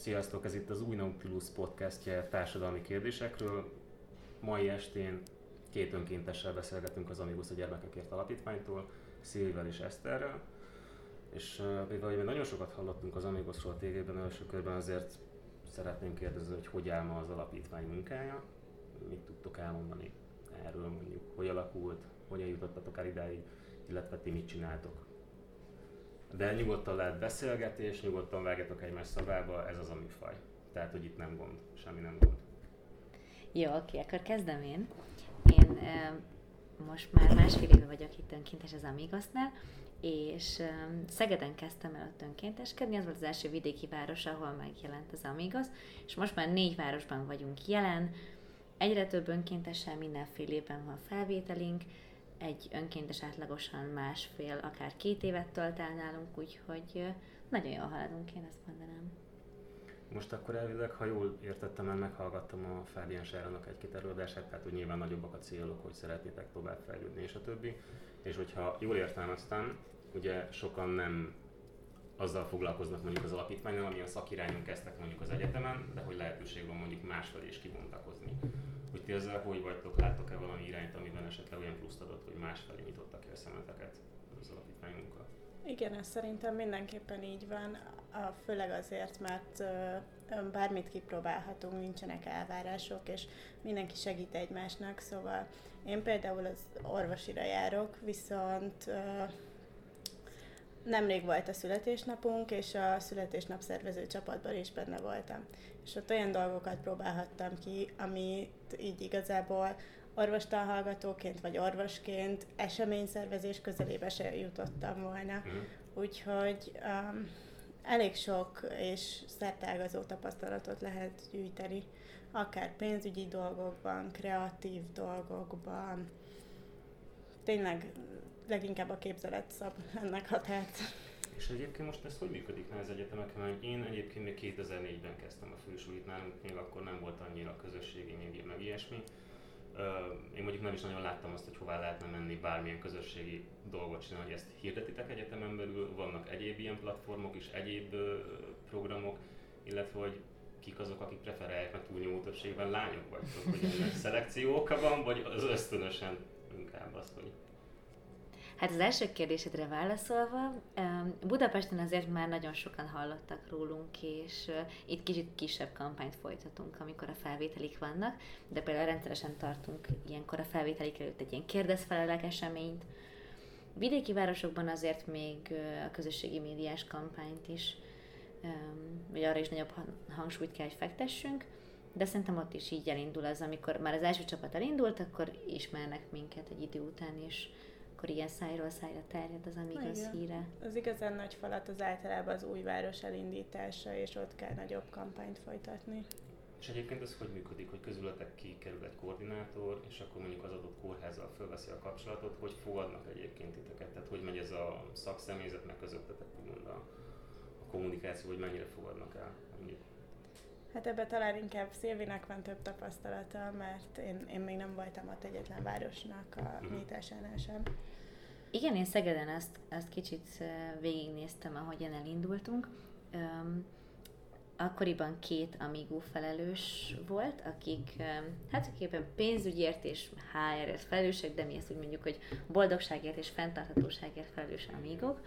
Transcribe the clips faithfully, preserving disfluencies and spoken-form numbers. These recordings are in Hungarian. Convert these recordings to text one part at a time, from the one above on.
Sziasztok, ez itt az Új Nautilus podcastje társadalmi kérdésekről. Mai estén két önkéntessel beszélgetünk az Amigos a Gyermekekért Alapítványtól, Szilvivel és Eszterrel. És uh, mivel nagyon sokat hallottunk az Amigosról a tévében első körben, azért szeretném kérdezni, hogy hogy áll ma az alapítvány munkája. Mit tudtok elmondani erről, mondjuk, hogy alakult, hogyan jutottatok el idáig, illetve ti mit csináltok. De nyugodtan lehet beszélgetés, nyugodtan vágjatok egymás szavába, ez az a műfaj. Tehát, hogy itt nem gond, semmi nem gond. Jó, oké, akkor kezdem én. Én e, most már másfél éve vagyok itt önkéntes az Amigosnál, és e, Szegeden kezdtem el ott önkénteskedni, az volt az első vidéki város, ahol megjelent az Amigos, és most már négy városban vagyunk jelen, egyre több önkéntessel mindenfél évben van felvételink, egy önkéntes átlagosan másfél, akár két évet tölt el nálunk, úgyhogy nagyon jól haladunk, én ezt mondanám. Most akkor elvileg, ha jól értettem, el meghallgattam a Fábián Sárának egy-két előadását, tehát hogy nyilván nagyobbak a célok, hogy szeretnétek tovább fejlődni és a többi. És hogyha jól értelmeztem, ugye sokan nem azzal foglalkoznak mondjuk az alapítványnál, amilyen szakirányon kezdtek mondjuk az egyetemen, de hogy lehetőség van mondjuk másfelé is kibontakozni. Hogy ti ezzel hogy vagytok, láttok-e valami irányt, amiben esetleg olyan pluszt adott, hogy másfelé nyitottak ki a szemeteket az alapítványunkkal? Igen, ez szerintem mindenképpen így van, főleg azért, mert bármit kipróbálhatunk, nincsenek elvárások, és mindenki segít egymásnak, szóval én például az orvosira járok, viszont nemrég volt a születésnapunk, és a születésnap szervező csapatban is benne voltam. És ott olyan dolgokat próbálhattam ki, amit így igazából orvostanhallgatóként vagy orvosként eseményszervezés közelébe se jutottam volna. Mm. Úgyhogy um, elég sok és szerteágazó tapasztalatot lehet gyűjteni, akár pénzügyi dolgokban, kreatív dolgokban. Tényleg leginkább a képzelet szab ennek határt. És egyébként most ez hogy működik az egyetemeken? Mert én egyébként még kétezer-négyben kezdtem a fősulit, nálunk még akkor nem volt annyira közösségi média, meg ilyesmi. Én mondjuk nem is nagyon láttam azt, hogy hová lehetne menni bármilyen közösségi dolgot csinálni, hogy ezt hirdetitek egyetemen belül, vannak egyéb ilyen platformok is, egyéb programok, illetve hogy kik azok, akik preferálják, mert túlnyomó többségben lányok vagytok, hogy ennek szelekció oka van, vagy az ösztönösen inkább az, hogy... Hát az első kérdésedre válaszolva, Budapesten azért már nagyon sokan hallottak rólunk, és itt kicsit kisebb kampányt folytatunk, amikor a felvételik vannak, de például rendszeresen tartunk ilyenkor a felvételik előtt egy ilyen kérdezfelelek eseményt. Vidéki városokban azért még a közösségi médiás kampányt is, vagy arra is nagyobb hangsúlyt kell, hogy fektessünk, de szerintem ott is így elindul az, amikor már az első csapat elindult, akkor ismernek minket egy idő után is, akkor ilyen szájról szájra terjed az Amigos híre. Az igazán nagy falat az általában az új város elindítása, és ott kell nagyobb kampányt folytatni. És egyébként ez hogy működik, hogy közületek kikerül egy koordinátor, és akkor mondjuk az adott kórházzal fölveszi a kapcsolatot, hogy fogadnak egyébként titeket? Tehát hogy megy ez a szakszemélyzet meg közöttetek, úgymond a, a kommunikáció, hogy mennyire fogadnak el? Mondjuk. Hát ebben talán inkább Szilvinek van több tapasztalata, mert én, én még nem voltam ott egyetlen városnak a uh-huh. nyitásánál sem. Igen, én Szegeden azt, azt kicsit végignéztem, ahogyan elindultunk. Um, akkoriban két Amigo felelős volt, akik um, hát éppen pénzügyért és há erért felelősek, de mi ezt úgy mondjuk, hogy boldogságért és fenntarthatóságért felelős Amigok.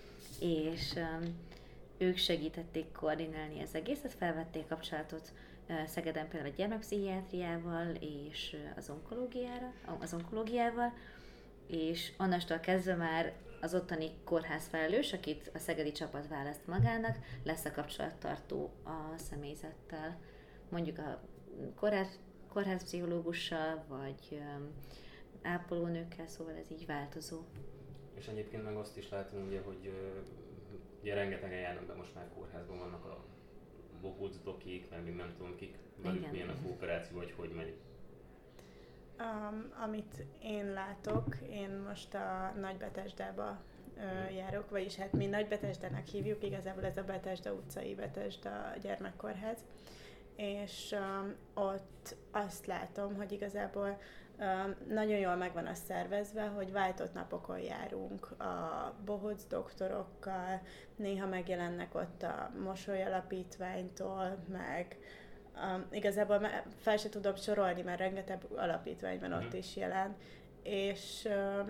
És um, ők segítették koordinálni az egészet, felvették kapcsolatot Szegeden például a gyermekpszichiátriával és az onkológiára, az onkológiával, és onnastól kezdve már az ottani kórház felelős, akit a szegedi csapat választ magának, lesz a kapcsolattartó a személyzettel, mondjuk a kórház, kórházpszichológussal, vagy ápolónőkkel, szóval ez így változó. És egyébként meg azt is látom, ugye, hogy ugye rengetegen járnak be most már kórházban, vannak a bohóc dokik, meg még nem tudom kik, velük milyen a kooperáció, vagy hogy megy. Um, amit én látok, én most a Nagybethesdába uh, járok, vagyis hát mi Nagybethesdának hívjuk, igazából ez a Bethesda utcai Bethesda gyermekkórház, és um, ott azt látom, hogy igazából Nagyon jól megvan az szervezve, hogy váltott napokon járunk a bohóc doktorokkal, néha megjelennek ott a Mosoly Alapítványtól, meg um, igazából fel se tudom sorolni, mert rengeteg alapítvány van ott is jelen, és uh,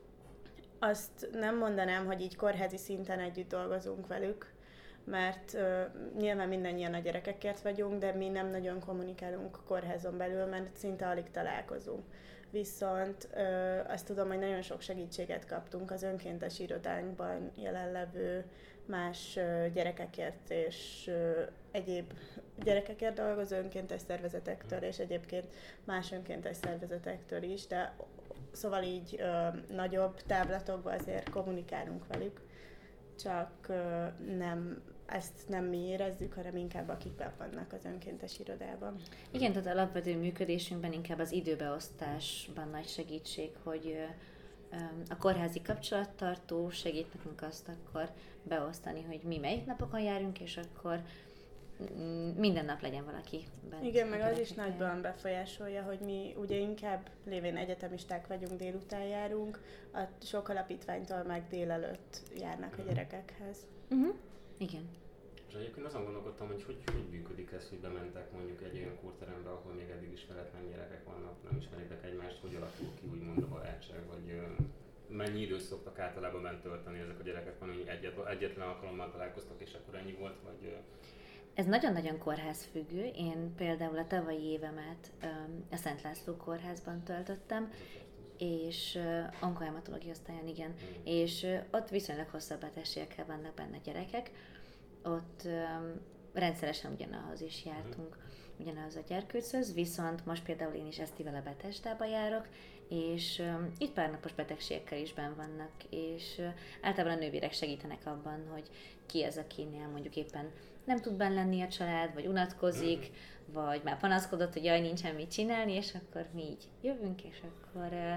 azt nem mondanám, hogy így kórházi szinten együtt dolgozunk velük, mert uh, nyilván mindannyian a gyerekekért vagyunk, de mi nem nagyon kommunikálunk kórházon belül, mert szinte alig találkozunk. Viszont ö, azt tudom, hogy nagyon sok segítséget kaptunk az önkéntes irodánkban jelenlevő más ö, gyerekekért és ö, egyéb gyerekekért dolgozó önkéntes szervezetektől, és egyébként más önkéntes szervezetektől is, de szóval így ö, nagyobb távlatokban azért kommunikálunk velük, csak ö, nem ezt nem mi érezzük, hanem inkább akik be vannak az önkéntes irodában. Igen, tehát alapvető működésünkben inkább az időbeosztásban nagy segítség, hogy a kórházi kapcsolattartó segít nekünk azt akkor beosztani, hogy mi melyik napokon járunk, és akkor minden nap legyen valaki benne. Igen, meg az is nagyban befolyásolja, hogy mi ugye inkább lévén egyetemisták vagyunk, délután járunk, a sok alapítványtól meg délelőtt járnak a gyerekekhez. Uh-huh. Igen. És egyébként azon gondolkodtam, hogy hogy, hogy működik ez, hogy bementek mondjuk egy olyan kórterembe, ahol még eddig ismeretlen gyerekek vannak, nem ismeritek egymást, hogy alakul ki úgymond a barátság, vagy uh, mennyi időt szoktak általában bent tölteni ezek a gyerekek, van, hogy egyet, egyetlen alkalommal találkoztak, és akkor ennyi volt, vagy... Uh... Ez nagyon-nagyon kórházfüggő. Én például a tavalyi évemet um, a Szent László kórházban töltöttem, és uh, onkohematológiai osztályon, igen, mm. és uh, ott viszonylag hosszabb betegségekkel vannak benne gyerekek. Ott um, rendszeresen ugyanahoz is jártunk, ugyanahoz a gyerkőchöz, viszont most például én is esztivel a Betesdába járok, és um, itt párnapos betegségekkel is benn vannak, és uh, általában a nővérek segítenek abban, hogy ki az, akinél mondjuk éppen nem tud benn lenni a család, vagy unatkozik, vagy már panaszkodott, hogy jaj, nincsen mit csinálni, és akkor mi így jövünk, és akkor uh,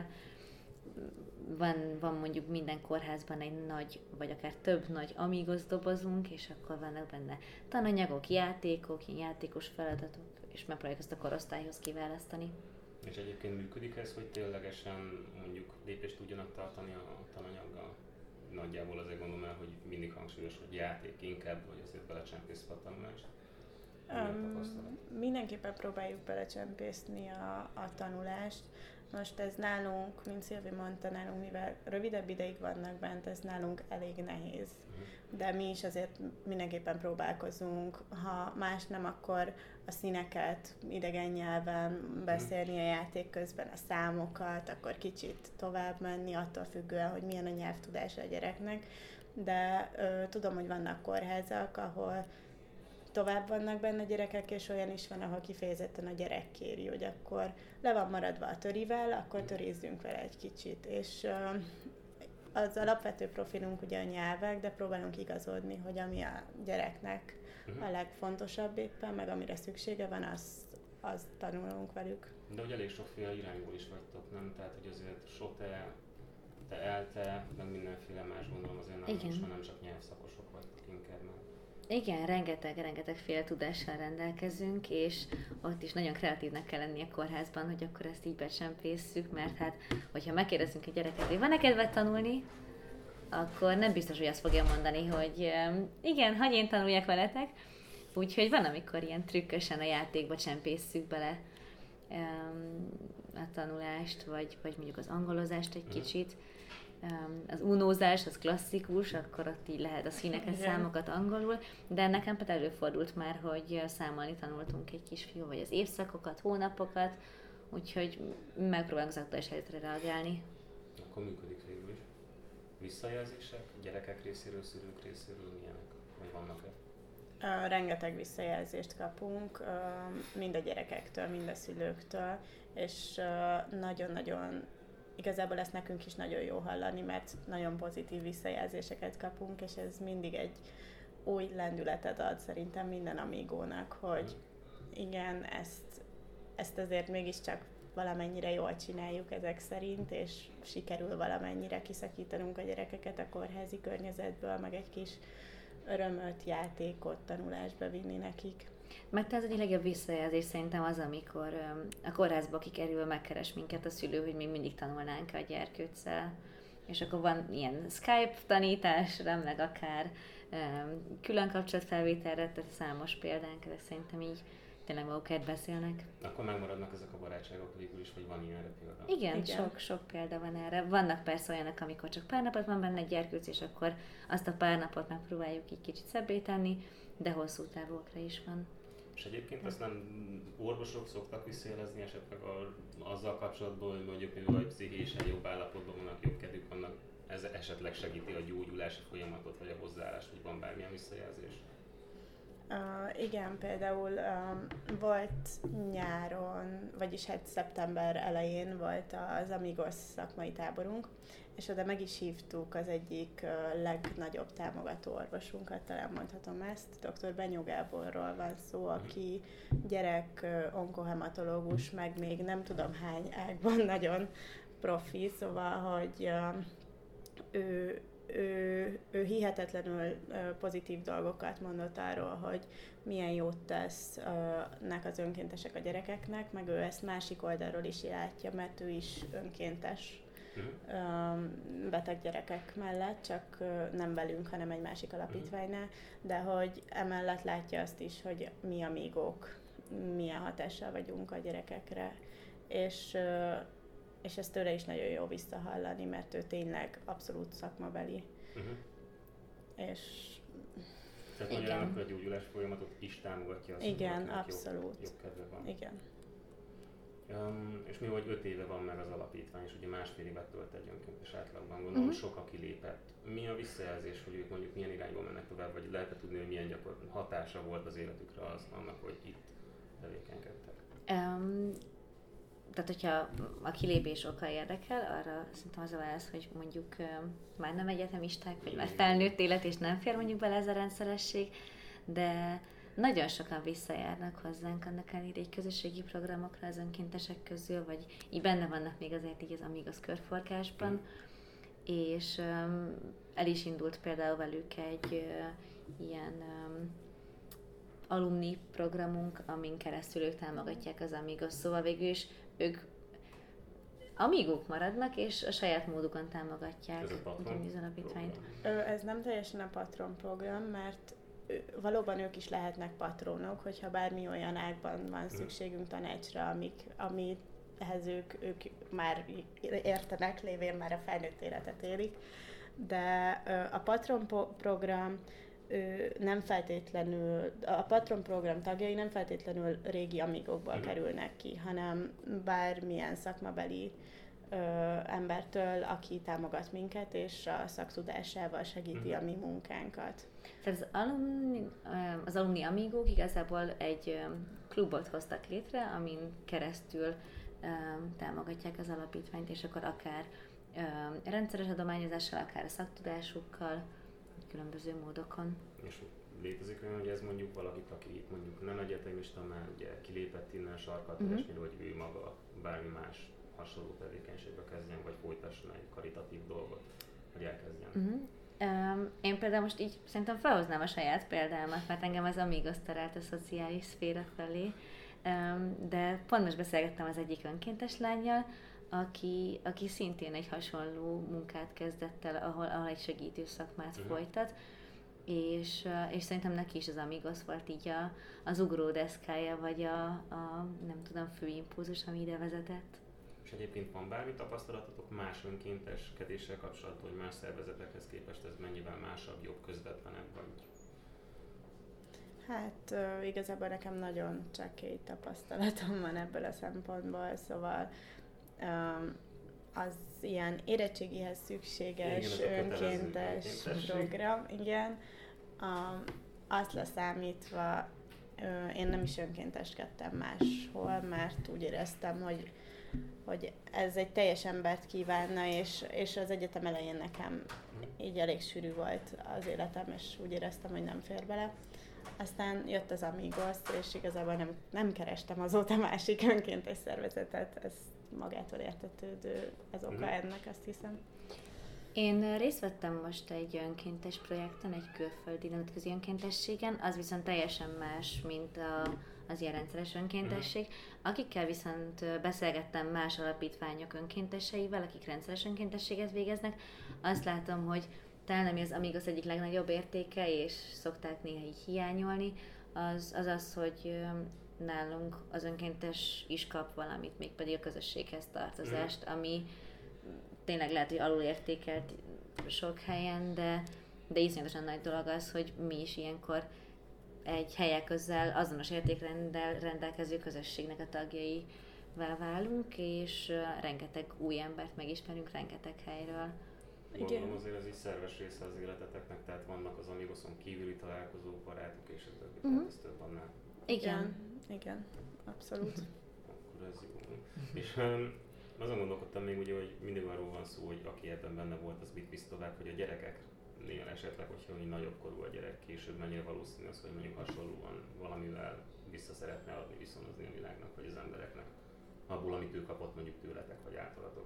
van, van mondjuk minden kórházban egy nagy, vagy akár több nagy amigos dobozunk, és akkor vannak benne tananyagok, játékok, ilyen játékos feladatok, és megpróbáljuk azt a korosztályhoz kiválasztani. És egyébként működik ez, hogy ténylegesen mondjuk lépést tudjanak tartani a tananyaggal? Nagyjából azért gondolom el, hogy mindig hangsúlyos, hogy játék inkább, vagy azért belecsempészve a tanulást. Um, mindenképpen próbáljuk belecsempészni a, a tanulást. Most ez nálunk, mint Szilvi mondta, nálunk, mivel rövidebb ideig vannak bent, ez nálunk elég nehéz. De mi is azért mindenképpen próbálkozunk. Ha más nem, akkor a színeket idegen nyelven beszélni a játék közben, a számokat, akkor kicsit tovább menni, attól függően, hogy milyen a nyelvtudása a gyereknek. De ö, tudom, hogy vannak kórházak, ahol tovább vannak benne gyerekek, és olyan is van, ahol kifejezetten a gyerek kéri, hogy akkor le van maradva a törivel, akkor törézzünk vele egy kicsit. És uh, az alapvető profilunk ugye a nyelvek, de próbálunk igazodni, hogy ami a gyereknek uh-huh. a legfontosabb éppen, meg amire szüksége van, azt az tanulunk velük. De ugye elég sokféle irányból is vagytok, nem? Tehát, hogy azért SOTE, te ELTE, meg mindenféle más, gondolom azért nem, most már nem csak nyelvszakosok vagytok inkább. Igen, rengeteg, rengeteg féle tudással rendelkezünk, és ott is nagyon kreatívnek kell lenni a kórházban, hogy akkor ezt így becsempészük, mert hát, hogyha megkérdezünk egy gyereket, hogy van-e kedved tanulni, akkor nem biztos, hogy azt fogja mondani, hogy igen, hagyj én tanuljak veletek. Úgyhogy van, amikor ilyen trükkösen a játékba csempészük bele a tanulást, vagy, vagy mondjuk az angolozást egy kicsit. Az unózás, az klasszikus, akkor ott így lehet a színeket, igen. számokat angolul, de nekem például előfordult már, hogy számolni tanultunk egy kisfiú, vagy az évszakokat, hónapokat, úgyhogy megpróbálunk az aktuális helyzetre reagálni. Akkor működik végül is. Visszajelzések, gyerekek részéről, szülők részéről milyenek, vagy vannak-e? Uh, rengeteg visszajelzést kapunk, uh, mind a gyerekektől, mind a szülőktől, és uh, nagyon-nagyon igazából ezt nekünk is nagyon jó hallani, mert nagyon pozitív visszajelzéseket kapunk, és ez mindig egy új lendületet ad szerintem minden amigónak, hogy igen, ezt, ezt azért mégiscsak valamennyire jól csináljuk ezek szerint, és sikerül valamennyire kiszakítanunk a gyerekeket a kórházi környezetből, meg egy kis örömöt, játékot, tanulásba vinni nekik. Meg te az egyik legjobb visszajelzés szerintem az, amikor öm, a kórházba kikerül, megkeres minket a szülő, hogy még mindig tanulnánk a gyerkőccel. És akkor van ilyen Skype tanításra, meg akár öm, külön kapcsolatfelvételre, tehát számos példánk, de szerintem így tényleg magukért beszélnek. Akkor megmaradnak ezek a barátságok végül is, vagy van ilyenre példa? Igen, Igen. Sok, sok példa van erre. Vannak persze olyanok, amikor csak pár napot van benne egy gyerkőc, és akkor azt a pár napot megpróbáljuk így kicsit szebbé tenni, de hosszú távokra is van. És egyébként azt nem orvosok szoktak visszajelezni esetleg a, azzal kapcsolatban, hogy mondjuk mivel a pszichésen jobb állapotban vannak, jobb kedvük vannak, ez esetleg segíti a gyógyulási folyamatot, vagy a hozzáállást, hogy van bármilyen visszajelzés? Uh, igen, például um, volt nyáron, vagyis hát szeptember elején volt az Amigos szakmai táborunk, és oda meg is hívtuk az egyik uh, legnagyobb támogató orvosunkat, talán mondhatom ezt, dr. Benyó Gáborról van szó, aki gyerek uh, onkohematológus, meg még nem tudom hány ágban nagyon profi, szóval, hogy uh, ő Ő, ő hihetetlenül pozitív dolgokat mondott arról, hogy milyen jót tesznek az önkéntesek a gyerekeknek, meg ő ezt másik oldalról is látja, mert ő is önkéntes beteg gyerekek mellett, csak nem velünk, hanem egy másik alapítványnál, de hogy emellett látja azt is, hogy mi amigók, milyen hatással vagyunk a gyerekekre, és és ezt tőle is nagyon jó visszahallani, mert ő tényleg abszolút szakmabeli. Uh-huh. És... Tehát magyarán a gyógyulás folyamatot is támogatja az, igen, hogy abszolút. Jobb, jobb kedve van. Igen. Um, és mi, hogy öt éve van meg az alapítvány, és ugye másfél évet tölt egy önkéntes átlagban, gondolom uh-huh. sok, aki lépett. Mi a visszajelzés, hogy ők mondjuk milyen irányba mennek tovább, vagy lehet tudni, hogy milyen gyakor- hatása volt az életükre az annak, hogy itt tevékenykedtek? Um... Tehát, hogyha a kilépés oka érdekel, arra szerintem az a válasz, hogy mondjuk uh, már nem egyetemisták, vagy már felnőtt élet, és nem fér mondjuk bele ez a rendszeresség, de nagyon sokan visszajárnak hozzánk annak ellenére egy közösségi programokra az önkéntesek közül, vagy így benne vannak még azért így az Amigos körforgásban, mm. és um, el is indult például velük egy uh, ilyen um, alumni programunk, amin keresztül ők támogatják az Amigos, szóval végül is ők amigók maradnak, és a saját módukon támogatják az alapítványt. Ez nem teljesen a patron program, mert valóban ők is lehetnek patronok, hogyha bármi olyan ágban van szükségünk tanácsra, amik, amihez ők, ők már értenek, lévén már a felnőtt életet élik. De a patron program nem feltétlenül, a patron program tagjai nem feltétlenül régi amigókból mm. kerülnek ki, hanem bármilyen szakmabeli ö, embertől, aki támogat minket, és a szaktudásával segíti mm. a mi munkánkat. Tehát az alumni, az alumni amigók igazából egy klubot hoztak létre, amin keresztül támogatják az alapítványt, és akkor akár rendszeres adományozással, akár a szaktudásukkal, különböző módokon. És létezik olyan, hogy ez mondjuk valakit, aki mondjuk nem egyetemista, már ugye kilépett innen sarkatolásnyira, uh-huh. hogy ő maga bármi más hasonló tevékenységbe kezdjen, vagy folytasson egy karitatív dolgot, hogy elkezdjen. Uh-huh. Um, én például most így szerintem felhoznám a saját példámat, mert engem az Amigos talált a szociális szféra felé, um, de pont most beszélgettem az egyik önkéntes lánnyal, Aki, aki szintén egy hasonló munkát kezdett el, ahol, ahol egy segítő szakmát uh-huh. folytat, és, és szerintem neki is az Amigos volt így a, az ugródeszkája, vagy a, a nem tudom, fő impulzus, ami ide vezetett. És egyébként van bármi tapasztalatotok más önkénteskedéssel kapcsolatban, hogy más szervezetekhez képest ez mennyivel másabb, jobb, közvetlenebb vagy? Hát uh, igazából nekem nagyon csekély tapasztalatom van ebből a szempontból, szóval Um, az ilyen érettségihez szükséges igen, önkéntes program, igen, um, azt leszámítva uh, én nem is önkénteskedtem máshol, mert úgy éreztem, hogy, hogy ez egy teljes embert kívánna, és, és az egyetem elején nekem így elég sűrű volt az életem, és úgy éreztem, hogy nem fér bele. Aztán jött az Amigos, és igazából nem, nem kerestem azóta másik önkéntes szervezetet, ez magától értetődő az oka ennek, azt hiszem. Én részt vettem most egy önkéntes projekten, egy külföldi nemzetközi önkéntességen, az viszont teljesen más, mint a, az ilyen rendszeres önkéntesség. Akikkel viszont beszélgettem más alapítványok önkénteseivel, akik rendszeres önkéntességet végeznek, azt látom, hogy talán ami az Amigos egyik legnagyobb értéke, és szokták néha így hiányolni, az az, az hogy nálunk az önkéntes is kap valamit, mégpedig a közösséghez tartozást, ami tényleg lehet, hogy alulértékelt sok helyen, de, de iszonyatosan nagy dolog az, hogy mi is ilyenkor egy helyek közel azonos értékrenddel rendelkező közösségnek a tagjaival válunk, és rengeteg új embert megismerünk rengeteg helyről. Gondolom azért ez így szerves része az életeteknek, tehát vannak az Amigoson kívüli találkozók, barátok és ez többi, uh-huh. tehát ez több annál. Igen. Igen, abszolút. Akkor ez jó. És um, azon gondolkodtam még ugye, hogy mindig arról van szó, hogy aki ebben benne volt, az mit visz tovább, hogy a gyerekeknél esetleg, hogyha így nagyobb korú a gyerek, később mennyire valószínű az, hogy mondjuk hasonlóan valamivel vissza szeretne adni, viszonozni a világnak, vagy az embereknek, abból, amit ő kapott mondjuk tőletek, vagy általatok.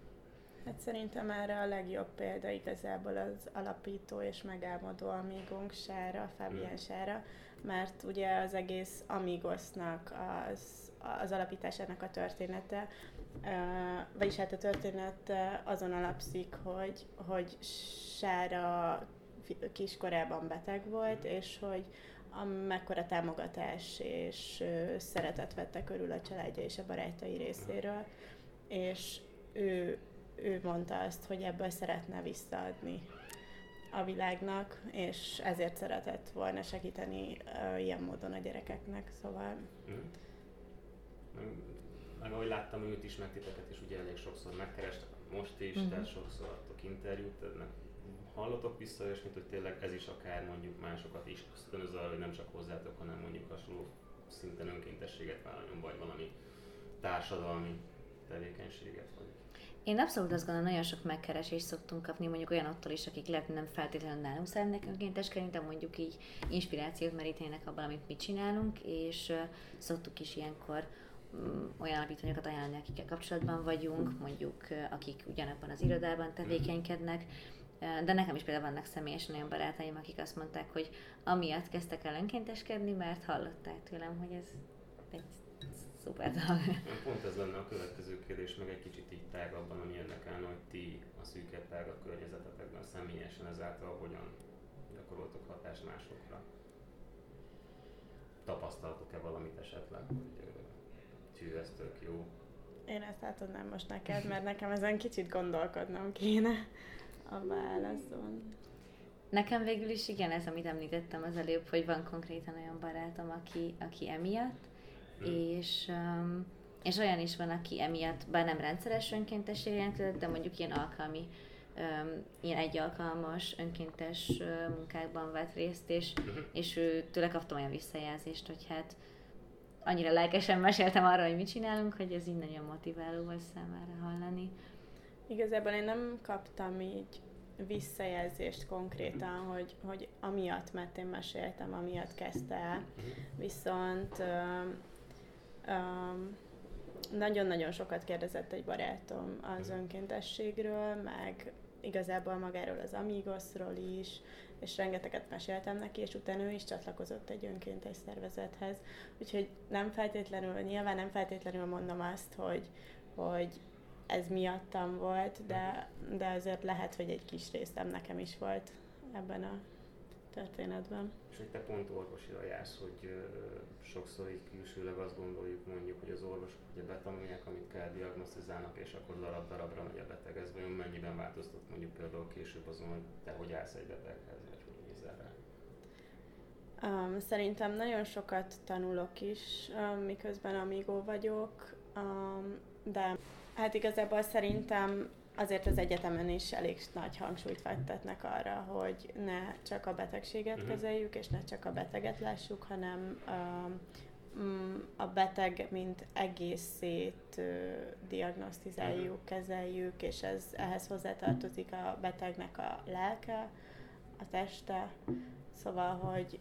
Hát szerintem erre a legjobb példa igazából az alapító és megálmodó Amigónk Sára, Fabián mm. Sára, mert ugye az egész Amigosnak az, az alapításának a története, uh, vagyis hát a történet azon alapszik, hogy, hogy Sára kiskorában beteg volt, és hogy a mekkora támogatás és uh, szeretet vette körül a családja és a barátai részéről, és ő ő mondta azt, hogy ebből szeretne visszaadni a világnak, és ezért szeretett volna segíteni uh, ilyen módon a gyerekeknek, szóval... Mm. Meg, meg ahogy láttam őt is, meg titeket is ugye elég sokszor megkerestek, most is, mm-hmm. tehát sokszor adtok interjút, hallotok vissza olyasmit, hogy tényleg ez is akár mondjuk másokat is ösztönöz arra, hogy nem csak hozzátok, hanem mondjuk hasonló szinten önkéntességet vállaljon, vagy valami társadalmi tevékenységet, vagy... Én abszolút azt gondolom, nagyon sok megkeresést szoktunk kapni, mondjuk olyanoktól is, akik lehet nem feltétlenül nálunk szeretnék önkénteskedni, de mondjuk így inspirációt merítenek abban, amit mi csinálunk, és uh, szoktuk is ilyenkor um, olyan alapítványokat ajánlani, akikkel kapcsolatban vagyunk, mondjuk uh, akik ugyanabban az irodában tevékenykednek, uh, de nekem is például vannak személyesen olyan barátaim, akik azt mondták, hogy amiatt kezdtek el önkénteskedni, mert hallották tőlem, hogy ez egy szuper dolog. Pont ez lenne a következő kérdés, meg egy kicsit így tágabban, ami érdekelne, hogy ti a szűkebb tágabb környezetetekben személyesen ezáltal hogyan gyakoroltok hatást másokra. Tapasztaltok-e valamit esetleg, hogy tű, ez tök jó? Én ezt átadnám most neked, mert nekem ezen kicsit gondolkodnom kéne a válaszon. Nekem végül is igen, ez amit említettem az előbb, hogy van konkrétan olyan barátom, aki, aki emiatt, Hmm. És, um, és olyan is van, aki emiatt, bár nem rendszeres önkéntesség jelentkezett, de mondjuk ilyen alkalmi, um, ilyen egyalkalmas önkéntes uh, munkákban vett részt, és, uh-huh. és ő, tőle kaptam olyan visszajelzést, hogy hát annyira lelkesen meséltem arra, hogy mit csinálunk, hogy ez így nagyon motiváló volt számára hallani. Igazából én nem kaptam így visszajelzést konkrétan, hogy, hogy amiatt, mert én meséltem, amiatt kezdte el, viszont um, Um, nagyon-nagyon sokat kérdezett egy barátom az önkéntességről, meg igazából magáról az Amigosról is, és rengeteget meséltem neki, és utána ő is csatlakozott egy önkéntes szervezethez. Úgyhogy nem feltétlenül, nyilván nem feltétlenül mondom azt, hogy, hogy ez miattam volt, de, de azért lehet, hogy egy kis részem nekem is volt ebben a történetben. És hogy te pont orvosira jársz, hogy uh, sokszor így külsőleg azt gondoljuk mondjuk, hogy az orvosok ugye betanulják, amit kell diagnosztizálnak, és akkor darab-darabra megy a beteg. Ez vajon mennyiben változtat mondjuk például később azon, hogy te hogy állsz egy beteghez, vagy hogy nézel rá? Um, szerintem nagyon sokat tanulok is, um, miközben amigó vagyok, um, de hát igazából szerintem azért az egyetemen is elég nagy hangsúlyt fektetnek arra, hogy ne csak a betegséget uh-huh. kezeljük, és ne csak a beteget lássuk, hanem um, a beteg mint egészét uh, diagnosztizáljuk, uh-huh. kezeljük, és ez, ehhez hozzátartozik a betegnek a lelke, a teste, szóval, hogy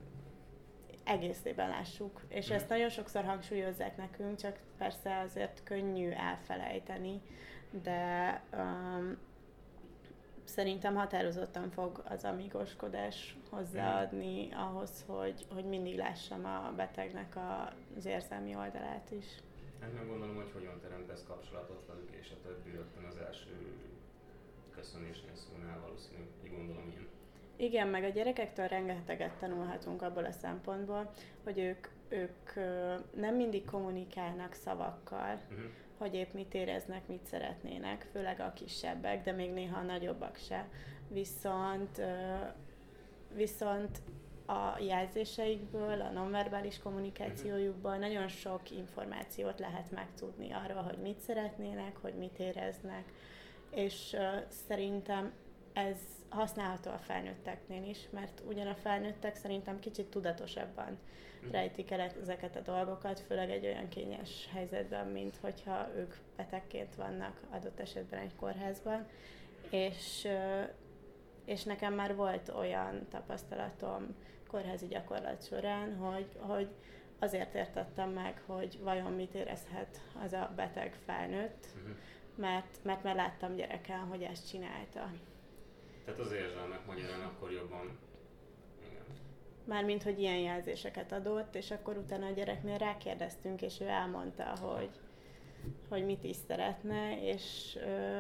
egészében lássuk. És ezt nagyon sokszor hangsúlyozzák nekünk, csak persze azért könnyű elfelejteni, de um, szerintem határozottan fog az amigoskodás hozzáadni ahhoz, hogy, hogy mindig lássam a betegnek a, az érzelmi oldalát is. Hát meg gondolom, hogy hogyan teremtesz kapcsolatot velük, és a többi rögtön az első köszönésnél szólnál valószínű, így gondolom én. Igen, meg a gyerekektől rengeteget tanulhatunk abból a szempontból, hogy ők, ők nem mindig kommunikálnak szavakkal, uh-huh. hogy épp mit éreznek, mit szeretnének, főleg a kisebbek, de még néha a nagyobbak se. Viszont, viszont a jelzéseikből, a nonverbális kommunikációjukból nagyon sok információt lehet megtudni arról, hogy mit szeretnének, hogy mit éreznek, és szerintem ez használható a felnőtteknél is, mert ugyan a felnőttek szerintem kicsit tudatosabban rejtik el ezeket a dolgokat, főleg egy olyan kényes helyzetben, mint hogyha ők betegként vannak adott esetben egy kórházban. És, és nekem már volt olyan tapasztalatom kórházi gyakorlat során, hogy, hogy azért értettem meg, hogy vajon mit érezhet az a beteg felnőtt, uh-huh. mert, mert már láttam gyereken, hogy ezt csinálta. Tehát az érzelmek magyarán akkor jobban... Igen. Mármint, hogy ilyen jelzéseket adott, és akkor utána a gyereknél rákérdeztünk, és ő elmondta, hogy, hogy mit is szeretne, és,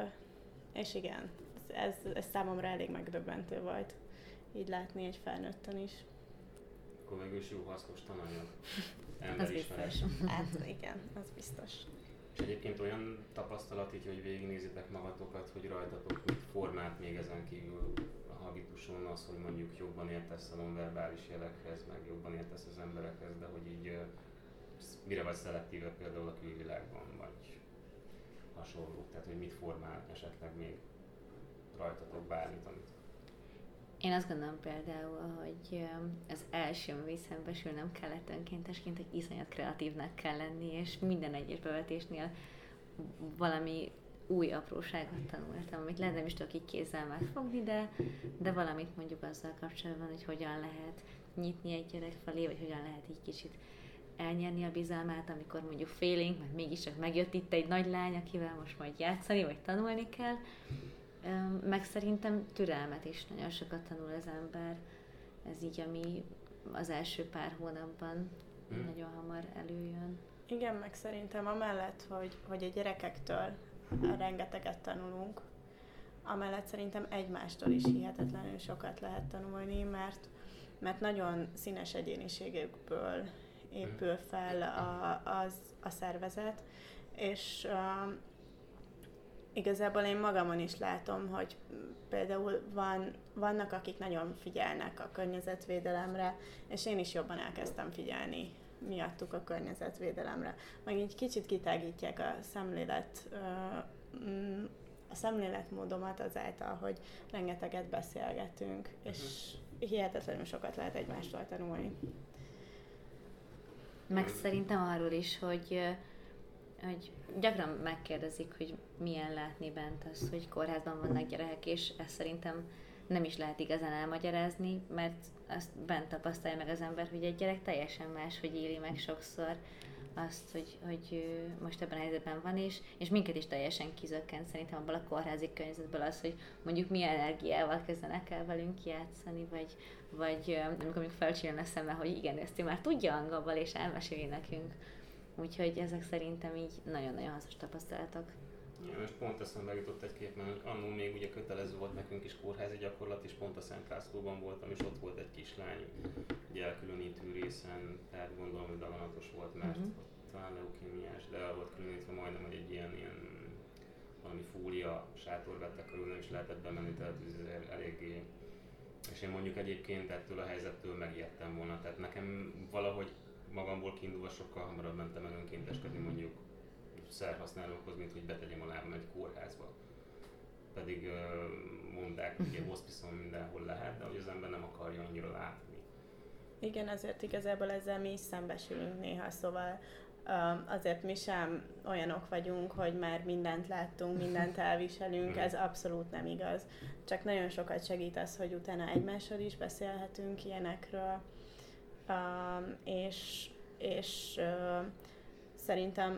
és igen, ez, ez számomra elég megdöbbentő volt, így látni egy felnőtten is. Akkor végül is jó hasznos tananyag. Az biztos. Hát igen, az biztos. És egyébként olyan tapasztalat így, hogy végignézitek magatokat, hogy rajtatok mit formált még ezen kívül a habituson az, hogy mondjuk jobban értesz a nonverbális jelekhez, meg jobban értesz az emberekhez, de hogy így mire vagy szelektíve például a külvilágban, vagy hasonló, tehát hogy mit formál esetleg még rajtatok bármit, amit... Én azt gondolom például, hogy az első, ami szembesülnem kellett önkéntesként, hogy iszonyat kreatívnek kell lenni, és minden egyes bevetésnél valami új apróságot tanultam, amit lehet nem is tudok így kézzel megfogni, de, de valamit mondjuk azzal kapcsolatban, hogy hogyan lehet nyitni egy gyerek felé, vagy hogyan lehet így kicsit elnyerni a bizalmát, amikor mondjuk félénk, mert mégiscsak megjött itt egy nagy lány, akivel most majd játszani, vagy tanulni kell. Meg szerintem türelmet is nagyon sokat tanul az ember. Ez így, ami az első pár hónapban hmm. nagyon hamar előjön. Igen, meg szerintem amellett, hogy, hogy a gyerekektől rengeteget tanulunk, amellett szerintem egymástól is hihetetlenül sokat lehet tanulni, mert, mert nagyon színes egyéniségekből épül fel a, az, a szervezet, és uh, igazából én magamon is látom, hogy például van, vannak, akik nagyon figyelnek a környezetvédelemre, és én is jobban elkezdtem figyelni miattuk a környezetvédelemre. Meg így kicsit kitágítják a szemlélet, a szemléletmódomat azáltal, hogy rengeteget beszélgetünk, és hihetetlenül sokat lehet egymástól tanulni. Meg szerintem arról is, hogy hogy gyakran megkérdezik, hogy milyen látni bent az, hogy kórházban vannak gyerekek, és ezt szerintem nem is lehet igazán elmagyarázni, mert azt bent tapasztalja meg az ember, hogy egy gyerek teljesen más, hogy éli meg sokszor azt, hogy, hogy most ebben a helyzetben van, és, és minket is teljesen kizökkent szerintem abból a kórházi környezetből az, hogy mondjuk milyen energiával kezdenek el velünk játszani, vagy, vagy amikor mondjuk felcsillan a szeme, hogy igen, ezt ő már tudja angolból, és elmeséli nekünk. Úgyhogy ezek szerintem így nagyon-nagyon hasznos tapasztalatok. Ja, most pont eszembe jutott egy kép, mert annól még ugye kötelező volt nekünk is kórházi gyakorlat, és pont a Szent Lászlóban voltam, és ott volt egy kislány, egy elkülönítő részen, tehát gondolom, hogy daganatos volt, mert uh-huh. ott talán leukémiás, de el volt különítve majdnem, hogy egy ilyen, ilyen valami fólia sátor vettek körül, nem is lehetett bemenni, tehát ez eléggé. És én mondjuk egyébként ettől a helyzettől megijedtem volna, tehát nekem valahogy magamból kiindulva sokkal hamarabb mentem el önkénteskedni mondjuk szerhasználókhoz, mint hogy betegyem a lábam egy kórházba. Pedig mondták, hogy ilyen hospice-on mindenhol lehet, de hogy az ember nem akarja annyira látni. Igen, azért igazából ezzel mi is szembesülünk néha, szóval azért mi sem olyanok vagyunk, hogy már mindent láttunk, mindent elviselünk, ez abszolút nem igaz. Csak nagyon sokat segít az, hogy utána egymással is beszélhetünk ilyenekről, és, és szerintem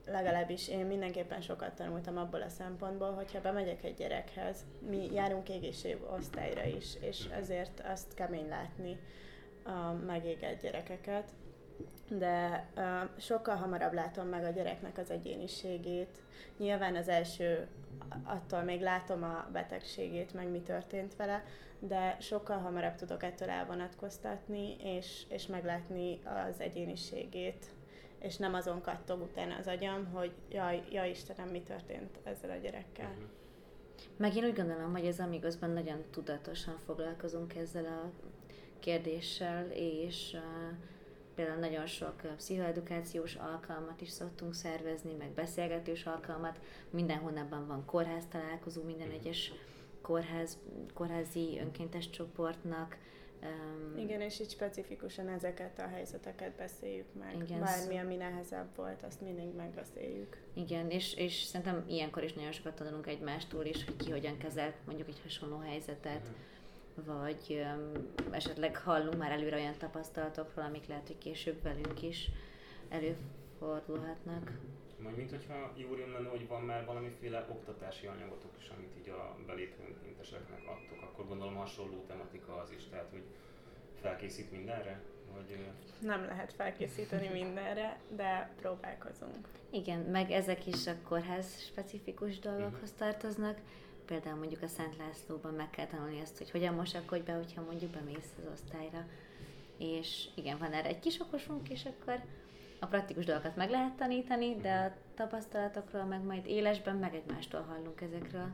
legalábbis én mindenképpen sokat tanultam abból a szempontból, hogyha bemegyek egy gyerekhez, mi járunk egészségosztályra is, és ezért azt kemény látni a megégett gyerekeket, de uh, sokkal hamarabb látom meg a gyereknek az egyéniségét. Nyilván az első, attól még látom a betegségét, meg mi történt vele, de sokkal hamarabb tudok ettől elvonatkoztatni, és, és meglátni az egyéniségét, és nem azon kattog utána az agyam, hogy jaj, jaj Istenem, mi történt ezzel a gyerekkel. Uh-huh. Meg én úgy gondolom, hogy az Amigosban nagyon tudatosan foglalkozunk ezzel a kérdéssel, és uh, például nagyon sok uh, pszichoedukációs alkalmat is szoktunk szervezni, meg beszélgetős alkalmat. Minden hónapban van kórház találkozó, minden egyes kórház, kórházi önkéntes csoportnak. Um, igen, és így specifikusan ezeket a helyzeteket beszéljük meg. Igen, bármi, ami nehezebb volt, azt mindig megbeszéljük. Igen, és, és szerintem ilyenkor is nagyon sokat tanulunk egymástól is, hogy ki hogyan kezelt mondjuk egy hasonló helyzetet, vagy um, esetleg hallunk már előre olyan tapasztalatokról, amik lehet, hogy később velünk is előfordulhatnak. Majd mint hogyha jó lenne, hogy van már valamiféle oktatási anyagotok is, amit így a belépő önkénteseknek adtok, akkor gondolom hasonló tematika az is, tehát hogy felkészít mindenre? Vagy... Nem lehet felkészíteni mindenre, de próbálkozunk. Igen, meg ezek is a kórház specifikus dolgokhoz tartoznak. Például mondjuk a Szent Lászlóban meg kell tanulni azt, hogy hogyan mosakodj be, hogyha mondjuk bemész az osztályra. És igen, van erre egy kis okosunk, és akkor a praktikus dolgokat meg lehet tanítani, de a tapasztalatokról meg majd élesben meg egymástól hallunk ezekről.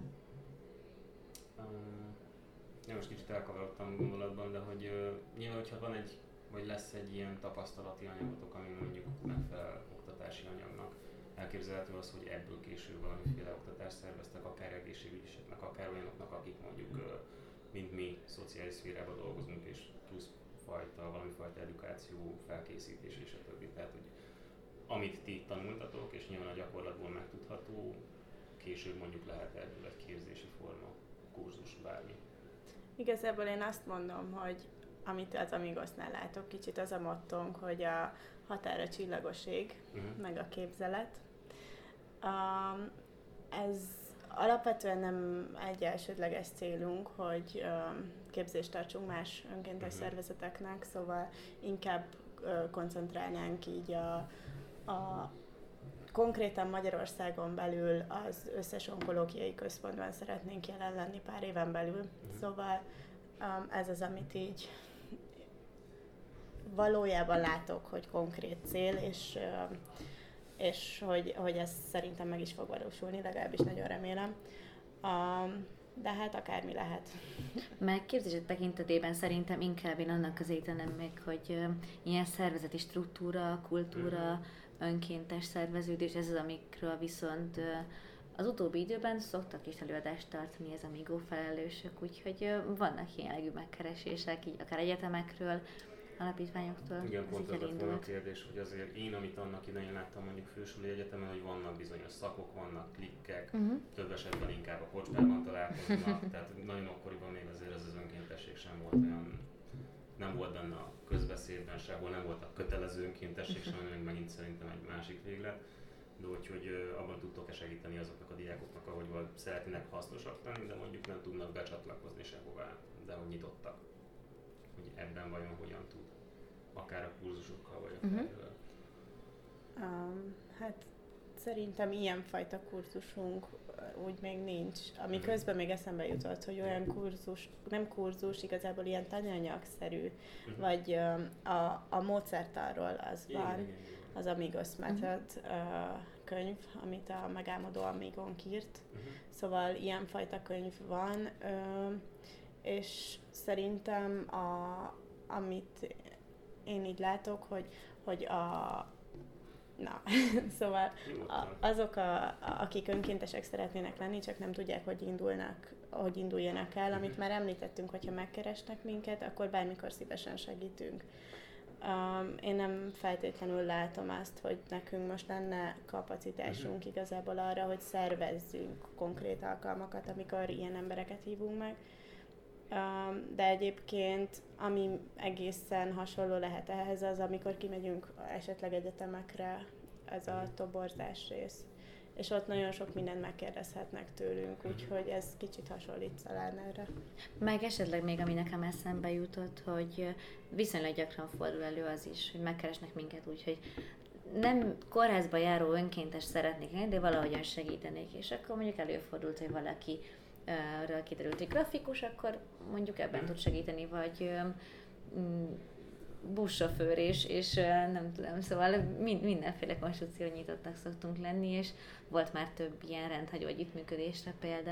Um, ja, most kicsit elkavarodtam gondolatban, de hogy uh, nyilván, hogyha van egy, vagy lesz egy ilyen tapasztalati anyagotok, ami mondjuk megfelel oktatási anyagnak, elképzelhető az, hogy ebből később valamiféle oktatást szerveztek, akár egészségügyiseknek, akár olyanoknak, akik mondjuk, uh, mint mi, szociális szférában dolgozunk, és plusz fajta, valamifajta edukáció, felkészítés és a többi. Tehát, hogy amit ti tanultatok, és nyilván a gyakorlatból megtudható, később mondjuk lehet ebből egy képzési forma, kurzus, bármi. Igazából én azt mondom, hogy amit az Amigosnál látok, kicsit az a mottónk, hogy a határa csillagos ég, uh-huh. meg a képzelet. Um, ez alapvetően nem egy elsődleges célunk, hogy um, képzést tartsunk más önkéntes uh-huh. szervezeteknek, szóval inkább uh, koncentrálnánk így a, a konkrétan Magyarországon belül az összes onkológiai központban szeretnénk jelen lenni pár éven belül. Uh-huh. Szóval um, ez az, amit így valójában látok, hogy konkrét cél, és, uh, és hogy, hogy ez szerintem meg is fog valósulni, legalábbis nagyon remélem. Um, de hát akármi lehet. Meg képzésed tekintetében szerintem inkább én annak közé tenném meg, hogy uh, ilyen szervezeti struktúra, kultúra, önkéntes szerveződés, ez az, amikről viszont uh, az utóbbi időben szoktak is előadást tartani az Amigo felelősök, úgyhogy uh, vannak ilyen jellegű megkeresések, így akár egyetemekről, alapítványoktól. Igen, pont ez lett volna a kérdés, hogy azért én, amit annak idején láttam mondjuk fősúlyi egyetemen, hogy vannak bizonyos szakok, vannak klikkek, uh-huh. több esetben inkább a kocsmában találkoznak, tehát nagyon akkoriban még azért ez az önkéntesség sem volt olyan, nem volt benne a közbeszédben sehol, nem volt a kötelező önkéntesség sem, hanem megint szerintem egy másik véglet, de úgyhogy abban tudtok-e segíteni azoknak a diákoknak, ahogy szeretnének hasznosak lenni, de mondjuk nem tudnak becsatlakozni sehová, de hogy nyitottak. Hogy ebben vajon hogyan tud, akár a kurzusokkal, vagy akár... Uh-huh. Um, hát szerintem ilyenfajta kurzusunk úgy még nincs. Ami uh-huh. közben még eszembe jutott, hogy olyan kurzus, nem kurzus, igazából ilyen tananyagszerű, uh-huh. vagy um, a, a módszertanról az igen, van, igen, igen. az Amigos Method uh-huh. uh, könyv, amit a Megálmodó Amigon írt. Uh-huh. Szóval ilyenfajta könyv van, uh, és szerintem, a, amit én így látok, hogy, hogy a, na, szóval a, azok, a, akik önkéntesek szeretnének lenni, csak nem tudják, hogy indulnak, hogy induljanak el, amit már említettünk, hogyha megkeresnek minket, akkor bármikor szívesen segítünk. Um, én nem feltétlenül látom azt, hogy nekünk most lenne kapacitásunk igazából arra, hogy szervezzünk konkrét alkalmakat, amikor ilyen embereket hívunk meg. Um, de egyébként, ami egészen hasonló lehet ehhez az, amikor kimegyünk esetleg egyetemekre ez a toborzás rész. És ott nagyon sok mindent megkérdezhetnek tőlünk, úgyhogy ez kicsit hasonlít talán erre. Meg esetleg még, ami nekem eszembe jutott, hogy viszonylag gyakran fordul elő az is, hogy megkeresnek minket úgy, hogy nem kórházba járó önkéntes szeretnék lenni, de valahogyan segítenék, és akkor mondjuk előfordult, hogy valaki uh, kiderült, hogy grafikus, akkor mondjuk ebben tud segíteni, vagy um, buszsofőr, és, és uh, nem tudom, szóval mind, mindenféle konstrukció nyitottak szoktunk lenni, és volt már több ilyen rendhagyó együttműködésre példa.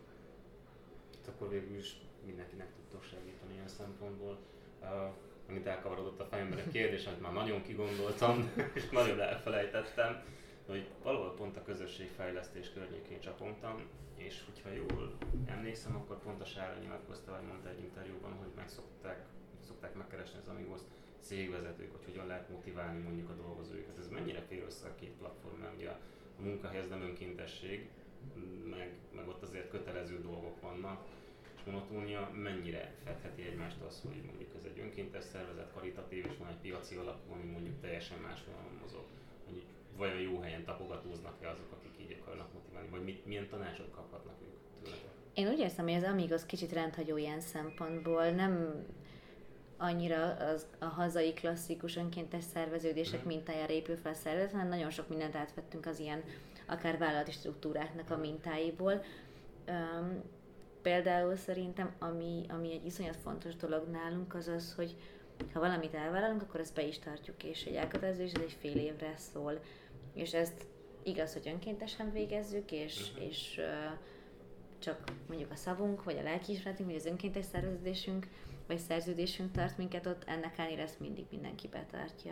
Hát akkor végül is mindenkinek tudtok segíteni ilyen szempontból. Uh, amit elkavarodott a fejemben a kérdés, amit már nagyon kigondoltam, és nagyon elfelejtettem, hogy valahol pont a közösségfejlesztés környékén csapongtam, és hogyha jól emlékszem, akkor pont a Sára nyilatkozta, vagy mondta egy interjúban, hogy meg szokták, szokták megkeresni az Amigos cégvezetők, hogy hogyan lehet motiválni mondjuk a dolgozóikat. Ez mennyire fér össze a két platform, mert ugye a munkahely ez nem önkéntesség, meg, meg ott azért kötelező dolgok vannak, és monotónia mennyire fedheti egymást az, hogy mondjuk ez egy önkéntes szervezet, karitatív, és van egy piaci alapú, ami mondjuk teljesen máshol mozog. Mondjuk vajon jó helyen tapogatóznak-e azok, akik így akarnak motiválni, vagy mit, milyen tanácsot kaphatnak ők tőletek? Én úgy érzem, hogy az Amigos kicsit rendhagyó ilyen szempontból, nem annyira az, a hazai klasszikus önkéntes szerveződések mintájára épül fel a szervezet, hanem nagyon sok mindent átvettünk az ilyen akár vállalati struktúráknak a mintáiból. Um, például szerintem, ami, ami egy iszonyat fontos dolog nálunk, az az, hogy ha valamit elvállalunk, akkor ezt be is tartjuk, és egy elkötelezés, ez egy fél évre szól. És ezt igaz, hogy önkéntesen végezzük, és, uh-huh. és uh, csak mondjuk a szavunk, vagy a lelkiismeretünk, vagy az önkéntes szerveződésünk, vagy szerződésünk tart minket ott, ennek ellenére ezt mindig mindenki betartja.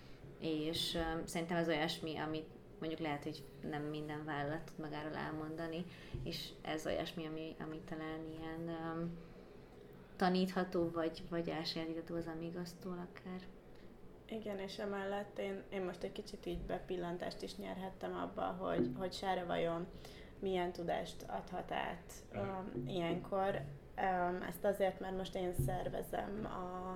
És um, szerintem ez olyasmi, amit mondjuk lehet, hogy nem minden vállalat tud magáról elmondani, és ez olyasmi, ami, ami talán ilyen um, tanítható, vagy, vagy elsajátítható az Amigostól akár. Igen, és emellett én, én most egy kicsit így bepillantást is nyerhettem abba, hogy, hogy Sára vajon milyen tudást adhat át um, ilyenkor. Um, ezt azért, mert most én szervezem a,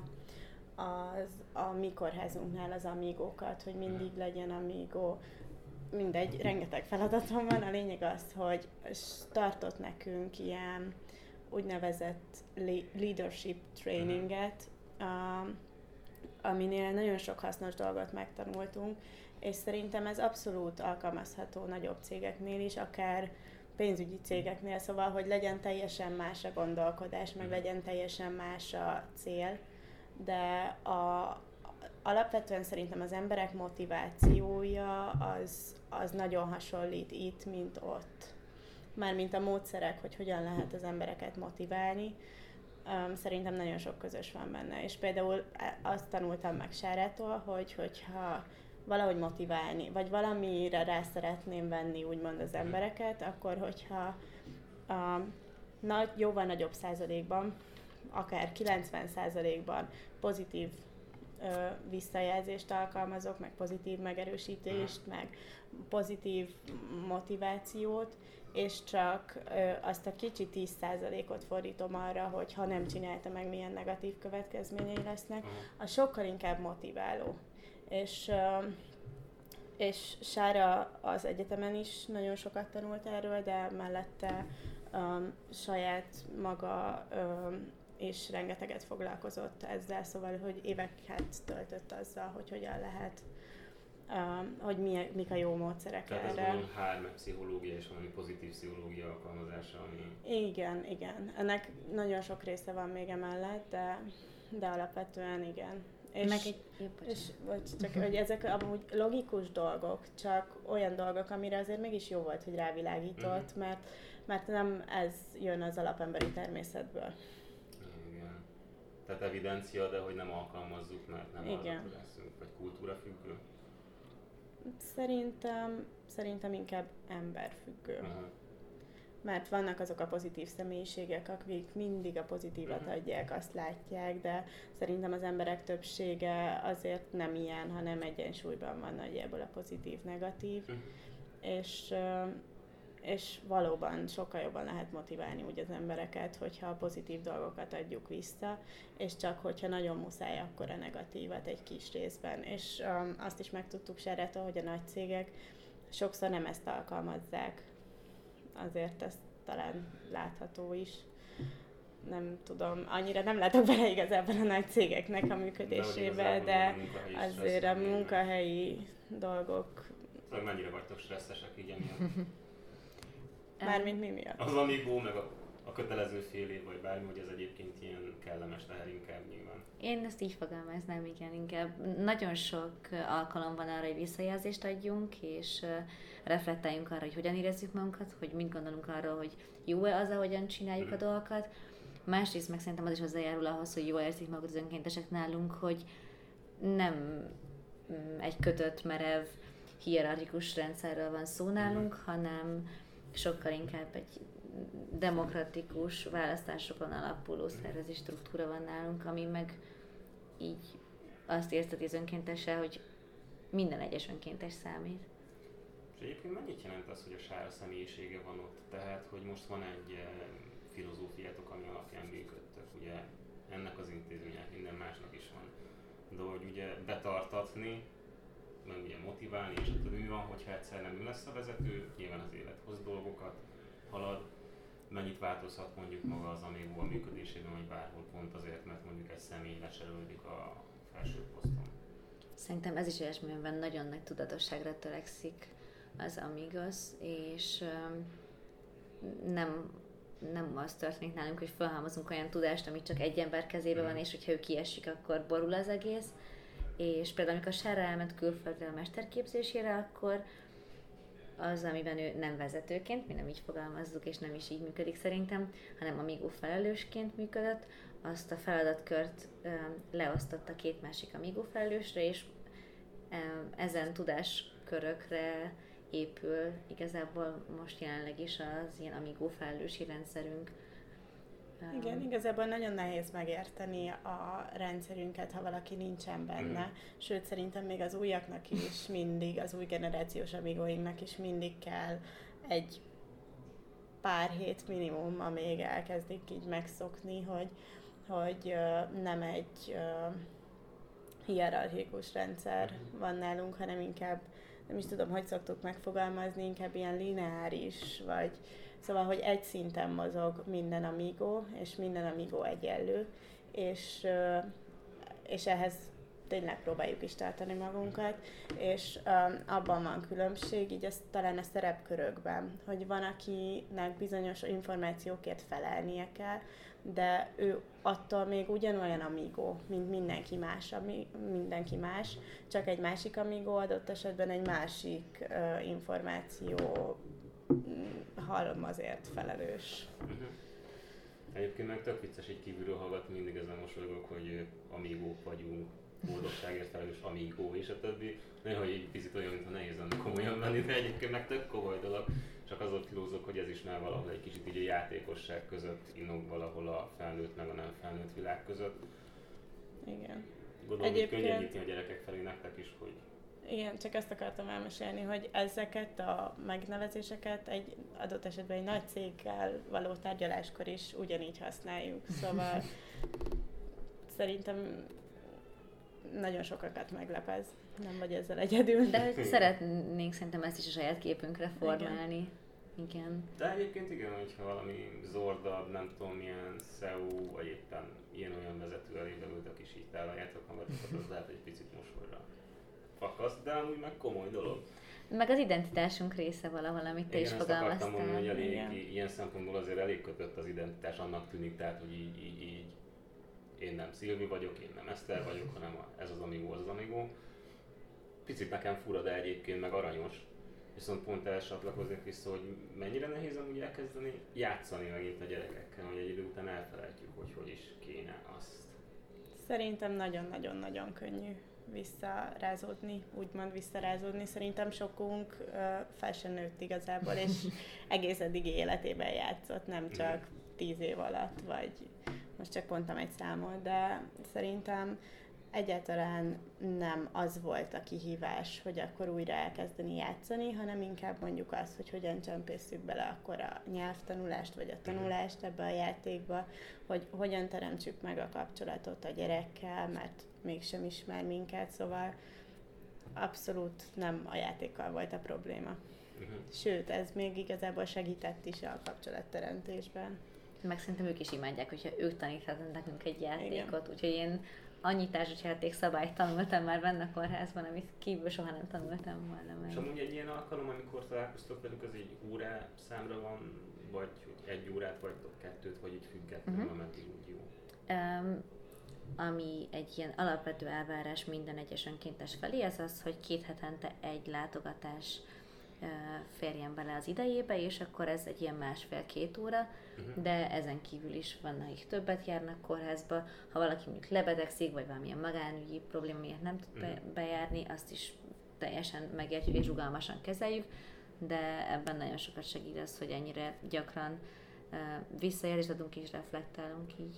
az, a mi kórházunknál az Amigókat, hogy mindig legyen Amigo. Mindegy, rengeteg feladatom van. A lényeg az, hogy tartott nekünk ilyen úgynevezett leadership traininget, um, aminél nagyon sok hasznos dolgot megtanultunk, és szerintem ez abszolút alkalmazható nagyobb cégeknél is, akár pénzügyi cégeknél, szóval, hogy legyen teljesen más a gondolkodás, meg legyen teljesen más a cél, de a, alapvetően szerintem az emberek motivációja az, az nagyon hasonlít itt, mint ott. Mármint a módszerek, hogy hogyan lehet az embereket motiválni, um, szerintem nagyon sok közös van benne. És például azt tanultam meg Sárától, hogy hogyha valahogy motiválni, vagy valamire rá szeretném venni úgymond az embereket, akkor hogyha um, nagy, jóval nagyobb százalékban, akár kilencven százalékban pozitív ö, visszajelzést alkalmazok, meg pozitív megerősítést, meg pozitív motivációt, és csak ö, azt a kicsi tíz százalékot fordítom arra, hogy ha nem csinálta meg, milyen negatív következményei lesznek, az sokkal inkább motiváló. És, ö, és Sára az egyetemen is nagyon sokat tanult erről, de mellette ö, saját maga ö, és rengeteget foglalkozott ezzel, szóval, hogy éveket töltött azzal, hogy hogyan lehet, um, hogy mi, mik a jó módszerek Tehát erre. Tehát ez valami há er em pszichológia és valami pozitív pszichológia alkalmazása, ami... Igen, igen. Ennek nagyon sok része van még emellett, de, de alapvetően igen. És, Meg egy... Jó, és vagy csak, hogy ezek amúgy logikus dolgok, csak olyan dolgok, amire azért mégis jó volt, hogy rávilágított, uh-huh. mert, mert nem ez jön az alapemberi természetből. Igen. Tehát evidencia, de hogy nem alkalmazzuk, mert nem arra leszünk, vagy kultúra függő? Szerintem, szerintem inkább emberfüggő. Uh-huh. Mert vannak azok a pozitív személyiségek, akik mindig a pozitívat uh-huh. adják, azt látják, de szerintem az emberek többsége azért nem ilyen, hanem egyensúlyban van nagyjából a pozitív-negatív. Uh-huh. És, és valóban sokkal jobban lehet motiválni úgy az embereket, hogyha a pozitív dolgokat adjuk vissza, és csak hogyha nagyon muszáj, akkor a negatívat egy kis részben. És um, azt is megtudtuk Seretől, hogy a nagy cégek sokszor nem ezt alkalmazzák. Azért ez talán látható is. Nem tudom, annyira nem látok bele igazából a nagy cégeknek a működésébe, de azért a munkahelyi dolgok... Szóval mennyire vagytok stresszesek így emiatt? Mármint mi miatt? Az amígó, meg a, a kötelező fél év, vagy bármi, hogy ez egyébként ilyen kellemes teher inkább nyilván. Én ezt így fogalmaznám, igen, inkább. Nagyon sok alkalom van arra, hogy visszajelzést adjunk, és reflektáljunk arra, hogy hogyan érezzük magunkat, hogy mit gondolunk arról, hogy jó-e az, ahogyan csináljuk mm. a dolgokat. Másrészt meg szerintem az is hozzájárul ahhoz, hogy jól érzik magukat az önkéntesek nálunk, hogy nem egy kötött, merev, hierarchikus rendszerről van szó nálunk, mm. hanem sokkal inkább egy demokratikus választásokon alapuló szervezési struktúra van nálunk, ami meg így azt érzteti az önkéntessel, hogy minden egyes önkéntes számít. És egyébként mennyit jelent az, hogy a Sára személyisége van ott? Tehát, hogy most van egy filozófiátok, ami alapján működtök, ugye ennek az intézménynek, minden másnak is van. De hogy ugye betartatni, meg ugye motiválni, és a többi mi van, hogyha egyszer nem ő lesz a vezető, nyilván az élet hoz dolgokat, halad, mennyit változhat mondjuk maga az Amigo a működésében, vagy bárhol pont azért, mert mondjuk egy személy lecserődik a felső poszton. Szerintem ez is olyasmiben nagyon nagy tudatosságra törekszik az Amigos, és um, nem, nem az történik nálunk, hogy felhalmozunk olyan tudást, ami csak egy ember kezében mm. van, és hogyha ő kiesik, akkor borul az egész. És például amikor Sára elment külföldre a mesterképzésére, akkor az, amiben ő nem vezetőként, mi nem így fogalmazzuk, és nem is így működik szerintem, hanem Amigo felelősként működött, azt a feladatkört um, leosztotta két másik Amigo felelősre, és um, ezen tudáskörökre épül igazából most jelenleg is az ilyen Amigo felelősi rendszerünk. Igen, igazából nagyon nehéz megérteni a rendszerünket, ha valaki nincsen benne. Sőt, szerintem még az újaknak is mindig, az új generációs amigóinknak is mindig kell egy pár hét minimum, amíg elkezdik így megszokni, hogy, hogy nem egy hierarchikus rendszer van nálunk, hanem inkább, nem is tudom, hogy szoktuk megfogalmazni, inkább ilyen lineáris, vagy szóval, hogy egy szinten mozog minden Amigo, és minden Amigo egyenlő, és, és ehhez tényleg próbáljuk is tartani magunkat, és um, abban van különbség, így ez talán a szerepkörökben, hogy van, akinek bizonyos információkért felelnie kell, de ő attól még ugyanolyan Amigo, mint mindenki más, ami, mindenki más, csak egy másik Amigo adott esetben egy másik uh, információ halmazért felelős. Uh-huh. Egyébként meg tök vicces, így kívülről hallgatni, mindig ezen mosolygok, hogy amigók vagyunk, boldogságért felelős amigó és a többi. Néha így picit olyan, mintha nehéz lenne komolyan venni, de egyébként meg tök komoly dolog. Csak azon kilózok, hogy ez is már valahol egy kicsit így a játékosság között innog valahol a felnőtt meg a nem felnőtt világ között. Igen. Gondolom, hogy könnyíteni a gyerekek felé nektek is, hogy... Igen, csak ezt akartam elmesélni, hogy ezeket a megnevezéseket egy adott esetben egy nagy céggel való tárgyaláskor is ugyanígy használjuk. Szóval szerintem nagyon sokakat meglepez. Nem vagy ezzel egyedül. De hogy szeretnénk szerintem ezt is a saját képünkre formálni. Igen. Igen. De egyébként igen, hogyha valami zordabb, nem tudom milyen es e o, vagy éppen ilyen-olyan vezető elébe ültök és így tálaljátok magatokat, az lehet egy picit mosolyra fakaszt, de amúgy meg komoly dolog. Meg az identitásunk része valahol, amit te igen, is fogalmaztál. Igen, ezt akartam mondani, hogy elég, ilyen szempontból azért elég kötött az identitás, annak tűnik, tehát hogy így, így, így én nem Szilvi vagyok, én nem Eszter vagyok, hanem ez az Amigo, az az Amigo. Picit nekem fura, de egyébként meg aranyos. Viszont pont elsatlakoznék vissza, hogy mennyire nehéz amúgy elkezdeni játszani megint a gyerekekkel, hogy egy idő után elfelejtjük, hogy hogy is kéne azt. Szerintem nagyon-nagyon-nagyon könnyű visszarázódni, úgymond visszarázódni. Szerintem sokunk uh, fel sem nőtt igazából, és egész eddig életében játszott, nem csak tíz év alatt, vagy most csak mondtam egy számot, de szerintem egyáltalán nem az volt a kihívás, hogy akkor újra elkezdeni játszani, hanem inkább mondjuk az, hogy hogyan csempészük bele akkor a nyelvtanulást, vagy a tanulást ebbe a játékba, hogy hogyan teremtsük meg a kapcsolatot a gyerekkel, mert mégsem ismer minket, szóval abszolút nem a játékkal volt a probléma. Uh-huh. Sőt, ez még igazából segített is a kapcsolatteremtésben. Meg szerintem ők is imádják, hogyha ők taníthatnak nekünk egy játékot, igen. Úgyhogy én annyi társasjáték szabályt tanultam már benne a kórházban, amit kívül soha nem tanultam volna meg. És amúgy egy ilyen alkalom, amikor találkoztok velük, az egy órá számra van, vagy egy órát, vagy kettőt, vagy így függetlenül, uh-huh. ameddig úgy jó? Um, ami egy ilyen alapvető elvárás minden egyes önkéntes felé, az az, hogy két hetente egy látogatás uh, férjen bele az idejébe, és akkor ez egy ilyen másfél-két óra, uh-huh. de ezen kívül is van, akik többet járnak kórházba. Ha valaki mondjuk lebetegszik, vagy valamilyen magánügyi probléma miatt nem tud be, bejárni, azt is teljesen megértjük és rugalmasan kezeljük, de ebben nagyon sokat segít az, hogy ennyire gyakran uh, visszajelzést adunk és reflektálunk így.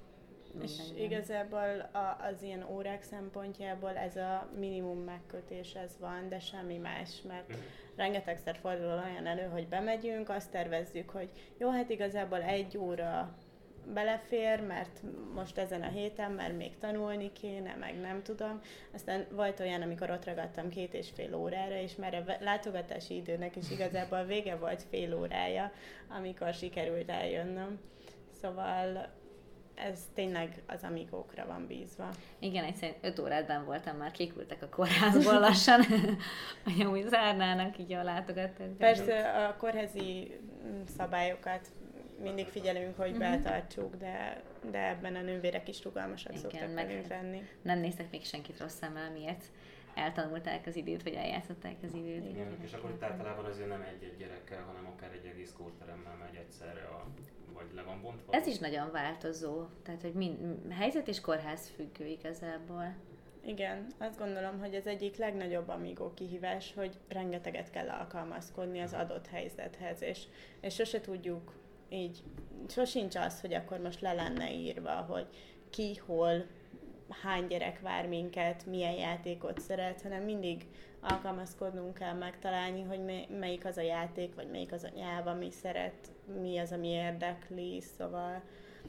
És igazából a, az ilyen órák szempontjából ez a minimum megkötés ez van, de semmi más, mert mm. rengetegszer fordul olyan elő, hogy bemegyünk, azt tervezzük, hogy jó, hát igazából egy óra belefér, mert most ezen a héten, mert még tanulni kéne, meg nem tudom. Aztán volt olyan, amikor ott ragadtam két és fél órára, és már a látogatási időnek is igazából vége volt fél órája, amikor sikerült eljönnöm. Szóval ez tényleg az amigókra van bízva. Igen, egyszerűen öt órádban voltam, már kiküldtek a kórházból lassan, hogy amúgy zárnának így a látogatást. Persze a kórházi szabályokat mindig figyelünk, hogy uh-huh. betartsuk, de, de ebben a nővérek is rugalmasak igen, szoktak velünk lenni. Nem néztek még senkit rossz szemmel, miért eltanulták az időt, vagy eljátszották az időt. Igen, és akkor itt általában azért nem egy-egy gyerekkel, hanem akár egy egész kórteremmel megy egyszerre, a, vagy le van bontva. Ez is nagyon változó, tehát hogy mind, helyzet és kórház függő igazából. Igen, azt gondolom, hogy az egyik legnagyobb amigó kihívás, hogy rengeteget kell alkalmazkodni az adott helyzethez, és, és sose tudjuk így, sosincs az, hogy akkor most le lenne írva, hogy ki, hol, hány gyerek vár minket, milyen játékot szeret, hanem mindig alkalmazkodnunk kell megtalálni, hogy melyik az a játék, vagy melyik az a nyelv, ami szeret, mi az, ami érdekli, szóval...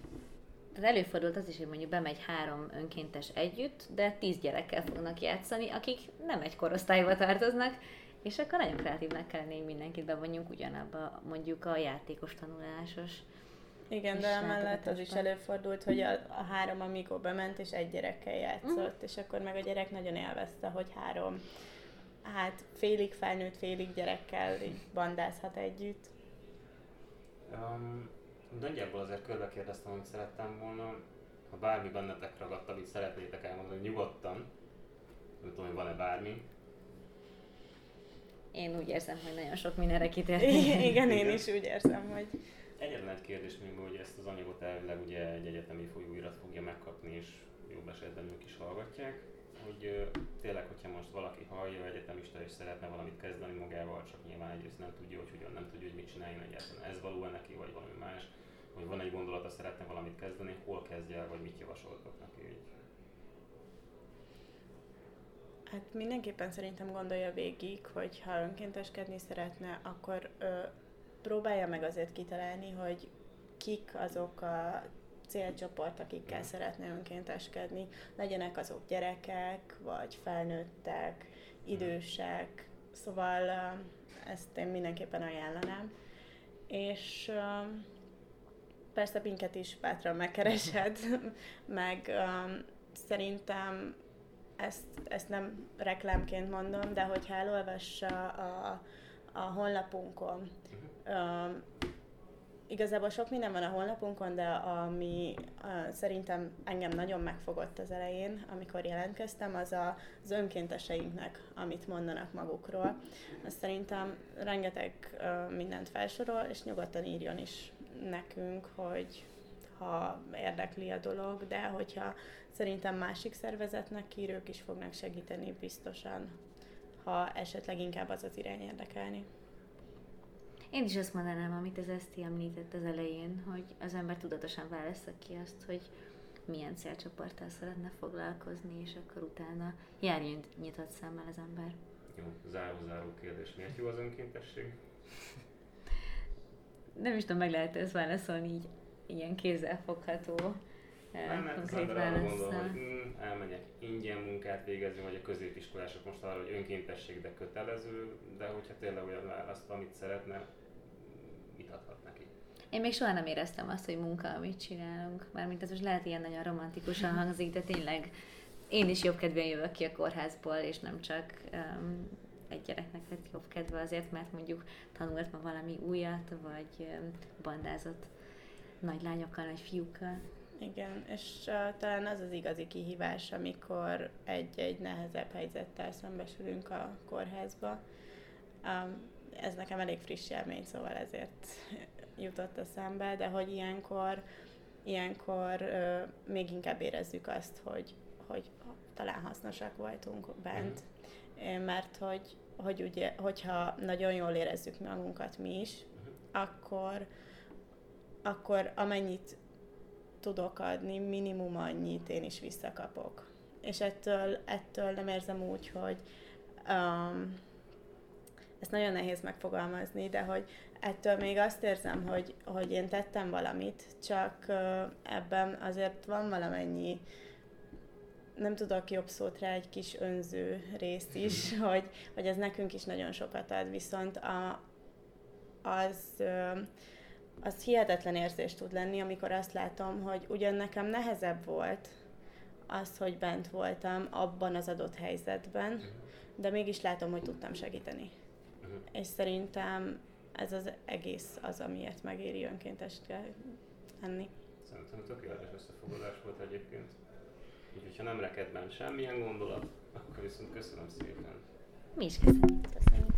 Tehát előfordult az is, hogy mondjuk bemegy három önkéntes együtt, de tíz gyerekkel fognak játszani, akik nem egy korosztályba tartoznak, és akkor nagyon kreatívnak kell lenni, mindenkit bevonjunk ugyanabba mondjuk a játékos tanulásos. Igen, de emellett az is előfordult, hogy a, a három amigó bement, és egy gyerekkel játszott, uh-huh. és akkor meg a gyerek nagyon élvezte, hogy három, hát félig felnőtt, félig gyerekkel így bandázhat együtt. Um, nagyjából azért körbe kérdeztem, amit szerettem volna, ha bármi bennetek ragadt, amit szeretnétek elmondani, nyugodtan, nem tudom, hogy van-e bármi. Én úgy érzem, hogy nagyon sok mindenre kitértünk. Igen, én is úgy érzem, hogy... Egyetlen egy kérdés még, hogy ezt az anyagot elvileg ugye egy egyetemi folyóirat fogja megkapni, és jobb esetben ők is hallgatják, hogy uh, tényleg, hogyha most valaki hallja, egyetemista és szeretne valamit kezdeni magával, csak nyilván egyrészt nem tudja, hogy hogyan, nem tudja, hogy mit csináljon egyáltalán, ez való-e neki, vagy valami más, hogy van egy gondolata, szeretne valamit kezdeni, hol kezdje el, vagy mit javasoltok neki így? Hát mindenképpen szerintem gondolja végig, hogy ha önkénteskedni szeretne, akkor ö, próbálja meg azért kitalálni, hogy kik azok a célcsoport, akikkel szeretne önkénteskedni. Legyenek azok gyerekek, vagy felnőttek, idősek, szóval ö, ezt én mindenképpen ajánlanám. És ö, persze minket is bátran megkeresed, meg ö, szerintem Ezt, ezt nem reklámként mondom, de hogyha elolvassa a, a honlapunkon, uh, igazából sok minden van a honlapunkon, de ami uh, szerintem engem nagyon megfogott az elején, amikor jelentkeztem, az a, az önkénteseinknek, amit mondanak magukról. Azt szerintem rengeteg uh, mindent felsorol, és nyugodtan írjon is nekünk, hogy ha érdekli a dolog, de hogyha szerintem másik szervezetnek ír, ők is fognak segíteni biztosan, ha esetleg inkább az az irány érdekelni. Én is azt mondanám, amit az Eszti említett az elején, hogy az ember tudatosan válassza ki azt, hogy milyen célcsoporttal szeretne foglalkozni, és akkor utána járjon nyitott szemmel az ember. Jó, záró-záró kérdés. Miért jó az önkéntesség? Nem is tudom, meg lehet ezt válaszolni így, ilyen kézzelfogható, nem, mert az ember arra gondol, hogy mm, elmenjek ingyen munkát végezni, vagy a középiskolások most arra, hogy önkéntesség, de kötelező, de hogyha tényleg olyan választ, amit szeretne, mit adhat neki? Én még soha nem éreztem azt, hogy munka, amit csinálunk. Mármint ez most lehet ilyen nagyon romantikusan hangzik, de tényleg én is jobbkedvűen jövök ki a kórházból, és nem csak um, egy gyereknek lett jobb kedve azért, mert mondjuk tanult ma valami újat, vagy um, bandázott nagy lányokkal, nagy fiúkkal. Igen, és uh, talán az az igazi kihívás, amikor egy-egy nehezebb helyzettel szembesülünk a kórházba. Um, ez nekem elég friss élmény, szóval ezért jutott eszembe, de hogy ilyenkor, ilyenkor uh, még inkább érezzük azt, hogy, hogy talán hasznosak voltunk bent. Mm. Mert hogy, hogy ugye, hogyha nagyon jól érezzük magunkat mi is, mm. akkor, akkor amennyit tudok adni, minimum annyit én is visszakapok. És ettől, ettől nem érzem úgy, hogy um, ezt nagyon nehéz megfogalmazni, de hogy ettől még azt érzem, hogy, hogy én tettem valamit, csak uh, ebben azért van valamennyi, nem tudok jobb szót rá, egy kis önző rész is, hogy, hogy ez nekünk is nagyon sokat ad, viszont a, az... Uh, az hihetetlen érzés tud lenni, amikor azt látom, hogy ugyan nekem nehezebb volt az, hogy bent voltam abban az adott helyzetben, uh-huh. de mégis látom, hogy tudtam segíteni. Uh-huh. És szerintem ez az egész az, amiért megéri önkéntesre lenni. Szerintem tökéletes összefoglalás volt egyébként. Úgyhogy ha nem reked bent semmilyen gondolat, akkor viszont köszönöm szépen. Mi is köszönjük. Köszönjük.